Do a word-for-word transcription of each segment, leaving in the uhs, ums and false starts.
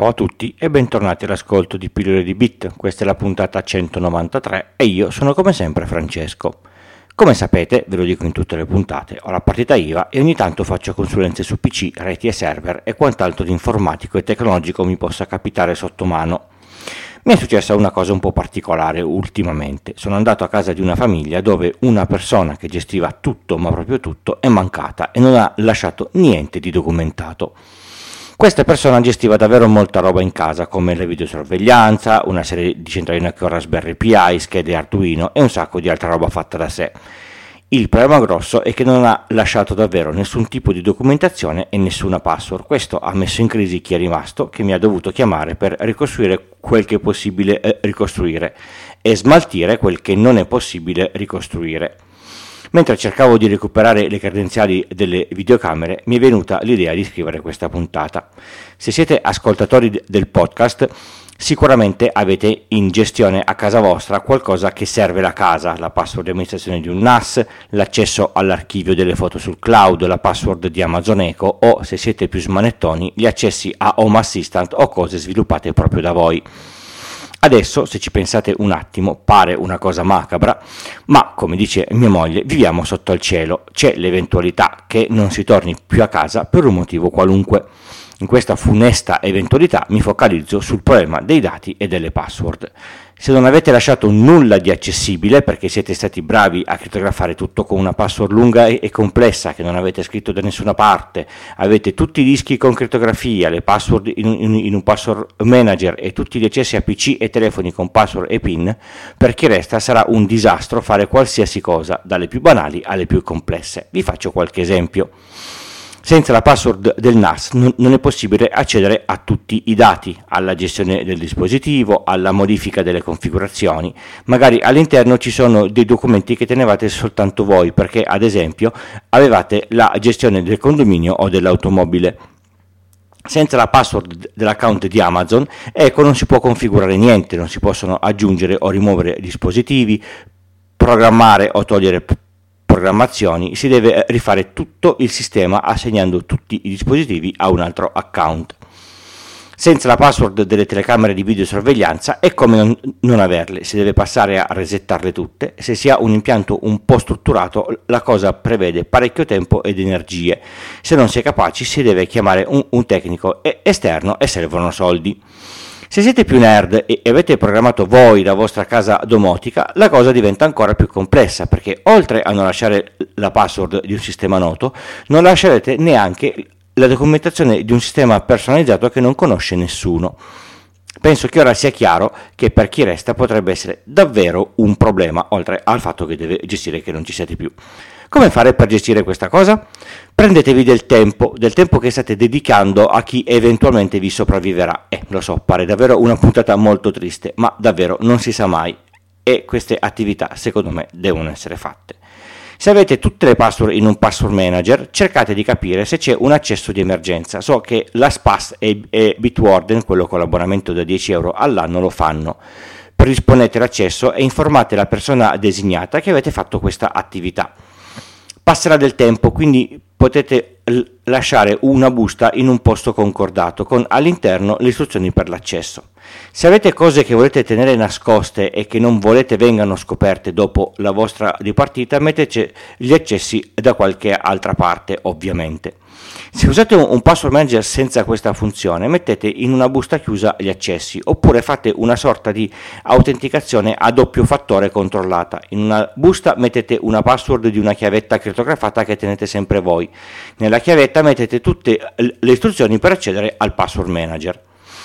a tutti e bentornati all'ascolto di Pillole di Bit. Questa è la puntata centonovantatré e io sono come sempre Francesco. Come sapete, ve lo dico in tutte le puntate, ho la partita I V A e ogni tanto faccio consulenze su P C, reti e server e quant'altro di informatico e tecnologico mi possa capitare sotto mano. Mi è successa una cosa un po' particolare ultimamente. Sono andato a casa di una famiglia dove una persona che gestiva tutto, ma proprio tutto, è mancata e non ha lasciato niente di documentato. Questa persona gestiva davvero molta roba in casa, come la videosorveglianza, una serie di centraline con Raspberry Pi, schede Arduino e un sacco di altra roba fatta da sé. Il problema grosso è che non ha lasciato davvero nessun tipo di documentazione e nessuna password. Questo ha messo in crisi chi è rimasto, che mi ha dovuto chiamare per ricostruire quel che è possibile eh, ricostruire e smaltire quel che non è possibile ricostruire. Mentre cercavo di recuperare le credenziali delle videocamere, mi è venuta l'idea di scrivere questa puntata. Se siete ascoltatori del podcast, sicuramente avete in gestione a casa vostra qualcosa che serve la casa, la password di amministrazione di un N A S, l'accesso all'archivio delle foto sul cloud, la password di Amazon Echo o, se siete più smanettoni, gli accessi a Home Assistant o cose sviluppate proprio da voi. Adesso, se ci pensate un attimo, pare una cosa macabra, ma come dice mia moglie, viviamo sotto il cielo, c'è l'eventualità che non si torni più a casa per un motivo qualunque. In questa funesta eventualità mi focalizzo sul problema dei dati e delle password. Se non avete lasciato nulla di accessibile perché siete stati bravi a crittografare tutto con una password lunga e complessa che non avete scritto da nessuna parte, avete tutti i dischi con crittografia, le password in un, in un password manager e tutti gli accessi a P C e telefoni con password e PIN, per chi resta sarà un disastro fare qualsiasi cosa, dalle più banali alle più complesse. Vi faccio qualche esempio. Senza la password del N A S non è possibile accedere a tutti i dati, alla gestione del dispositivo, alla modifica delle configurazioni. Magari all'interno ci sono dei documenti che tenevate soltanto voi, perché ad esempio avevate la gestione del condominio o dell'automobile. Senza la password dell'account di Amazon, ecco, non si può configurare niente, non si possono aggiungere o rimuovere dispositivi, programmare o togliere programmazioni, si deve rifare tutto il sistema assegnando tutti i dispositivi a un altro account. Senza la password delle telecamere di videosorveglianza è come non, non averle, si deve passare a resettarle tutte. Se si ha un impianto un po' strutturato, la cosa prevede parecchio tempo ed energie. Se non si è capaci si deve chiamare un, un tecnico esterno e servono soldi. Se siete più nerd e avete programmato voi la vostra casa domotica, la cosa diventa ancora più complessa, perché oltre a non lasciare la password di un sistema noto, non lascerete neanche la documentazione di un sistema personalizzato che non conosce nessuno. Penso che ora sia chiaro che per chi resta potrebbe essere davvero un problema, oltre al fatto che deve gestire che non ci siete più. Come fare per gestire questa cosa? Prendetevi del tempo, del tempo che state dedicando a chi eventualmente vi sopravviverà. Eh, lo so, pare davvero una puntata molto triste, ma davvero non si sa mai e queste attività secondo me devono essere fatte. Se avete tutte le password in un password manager, cercate di capire se c'è un accesso di emergenza. So che LastPass e, e Bitwarden, quello con l'abbonamento da dieci euro all'anno, lo fanno. Predisponete l'accesso e informate la persona designata che avete fatto questa attività. Passerà del tempo, quindi potete l- lasciare una busta in un posto concordato con all'interno le istruzioni per l'accesso. Se avete cose che volete tenere nascoste e che non volete vengano scoperte dopo la vostra dipartita, mettete gli accessi da qualche altra parte, ovviamente. Se usate un password manager senza questa funzione, mettete in una busta chiusa gli accessi, oppure fate una sorta di autenticazione a doppio fattore controllata. In una busta mettete una password di una chiavetta crittografata che tenete sempre voi. Nella chiavetta mettete tutte le istruzioni per accedere al password manager.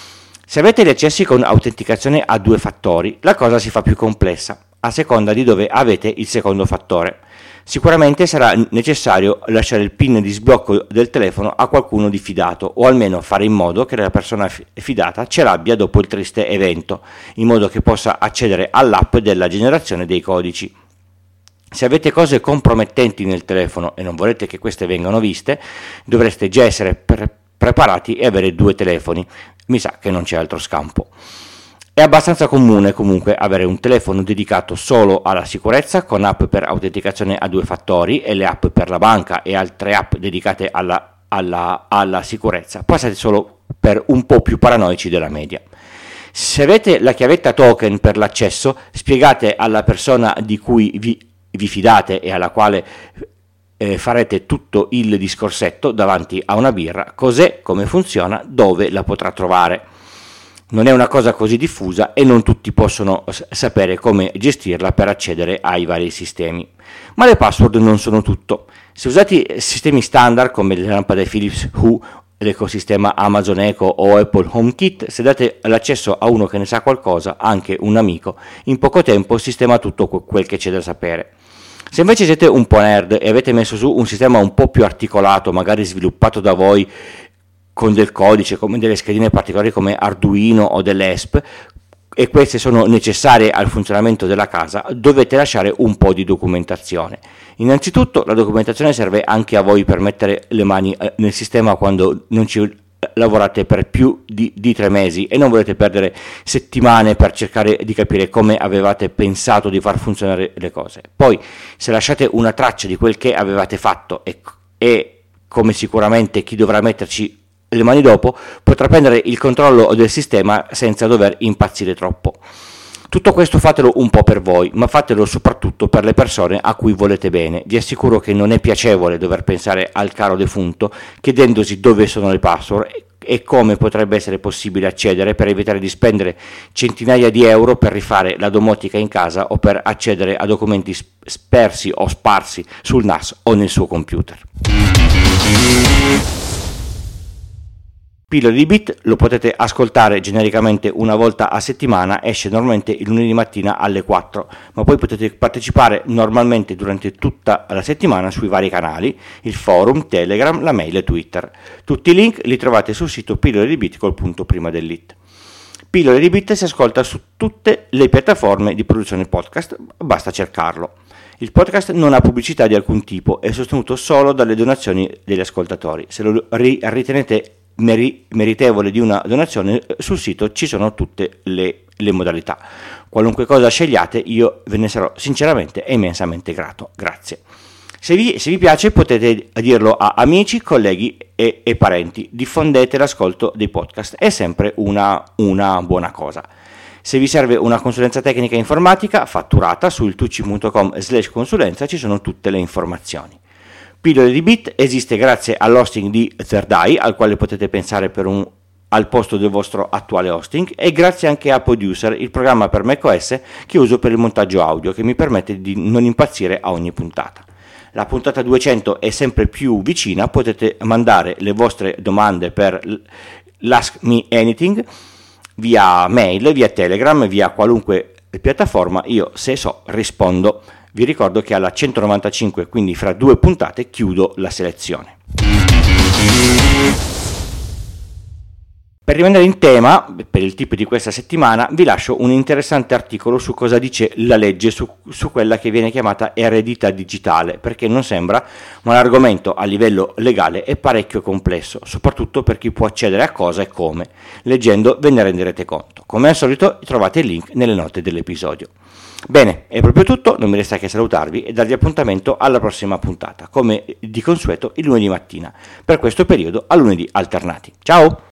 Se avete gli accessi con autenticazione a due fattori, la cosa si fa più complessa, a seconda di dove avete il secondo fattore. Sicuramente sarà necessario lasciare il PIN di sblocco del telefono a qualcuno di fidato, o almeno fare in modo che la persona fidata ce l'abbia dopo il triste evento, in modo che possa accedere all'app della generazione dei codici. Se avete cose compromettenti nel telefono e non volete che queste vengano viste, dovreste già essere pre- preparati e avere due telefoni. Mi sa che non c'è altro scampo. È abbastanza comune comunque avere un telefono dedicato solo alla sicurezza, con app per autenticazione a due fattori e le app per la banca e altre app dedicate alla, alla, alla sicurezza. Passate solo per un po' più paranoici della media. Se avete la chiavetta token per l'accesso, spiegate alla persona di cui vi, vi fidate e alla quale eh, farete tutto il discorsetto davanti a una birra, cos'è, come funziona, dove la potrà trovare. Non è una cosa così diffusa e non tutti possono sapere come gestirla per accedere ai vari sistemi. Ma le password non sono tutto. Se usate sistemi standard come le lampade Philips Hue, l'ecosistema Amazon Echo o Apple HomeKit, se date l'accesso a uno che ne sa qualcosa, anche un amico, in poco tempo sistema tutto quel che c'è da sapere. Se invece siete un po' nerd e avete messo su un sistema un po' più articolato, magari sviluppato da voi, con del codice, come delle schedine particolari come Arduino o delle E S P, e queste sono necessarie al funzionamento della casa, dovete lasciare un po' di documentazione. Innanzitutto la documentazione serve anche a voi per mettere le mani nel sistema quando non ci lavorate per più di, di tre mesi e non volete perdere settimane per cercare di capire come avevate pensato di far funzionare le cose. Poi, se lasciate una traccia di quel che avevate fatto e, e come sicuramente chi dovrà metterci le mani dopo, potrà prendere il controllo del sistema senza dover impazzire troppo. Tutto questo fatelo un po' per voi, ma fatelo soprattutto per le persone a cui volete bene. Vi assicuro che non è piacevole dover pensare al caro defunto chiedendosi dove sono le password e come potrebbe essere possibile accedere per evitare di spendere centinaia di euro per rifare la domotica in casa o per accedere a documenti spersi o sparsi sul N A S o nel suo computer. Pillole di Bit lo potete ascoltare genericamente una volta a settimana, esce normalmente il lunedì mattina alle quattro, ma poi potete partecipare normalmente durante tutta la settimana sui vari canali, il forum, Telegram, la mail e Twitter. Tutti i link li trovate sul sito Pillole di Bit col punto prima dell'it. Pillole di Bit si ascolta su tutte le piattaforme di produzione podcast, basta cercarlo. Il podcast non ha pubblicità di alcun tipo, è sostenuto solo dalle donazioni degli ascoltatori. Se lo ritenete Meri- meritevole di una donazione, sul sito ci sono tutte le, le modalità. Qualunque cosa scegliate, io ve ne sarò sinceramente e immensamente grato. Grazie. Se vi, se vi piace potete dirlo a amici, colleghi e, e parenti. Diffondete l'ascolto dei podcast, è sempre una, una buona cosa. Se vi serve una consulenza tecnica informatica fatturata su iltucci punto com slash consulenza ci sono tutte le informazioni. Pillole di Bit esiste grazie all'hosting di Third Eye, al quale potete pensare per un, al posto del vostro attuale hosting, e grazie anche a Producer, il programma per macOS che uso per il montaggio audio, che mi permette di non impazzire a ogni puntata. La puntata duecento è sempre più vicina, potete mandare le vostre domande per l'Ask Me Anything via mail, via Telegram, via qualunque piattaforma, io se so rispondo. Vi ricordo che alla centonovantacinque, quindi fra due puntate, chiudo la selezione. Per rimanere in tema, per il tip di questa settimana, vi lascio un interessante articolo su cosa dice la legge su, su quella che viene chiamata eredità digitale, perché non sembra, ma l'argomento a livello legale è parecchio complesso, soprattutto per chi può accedere a cosa e come. Leggendo ve ne renderete conto. Come al solito trovate il link nelle note dell'episodio. Bene, è proprio tutto, non mi resta che salutarvi e darvi appuntamento alla prossima puntata, come di consueto il lunedì mattina, per questo periodo a lunedì alternati. Ciao!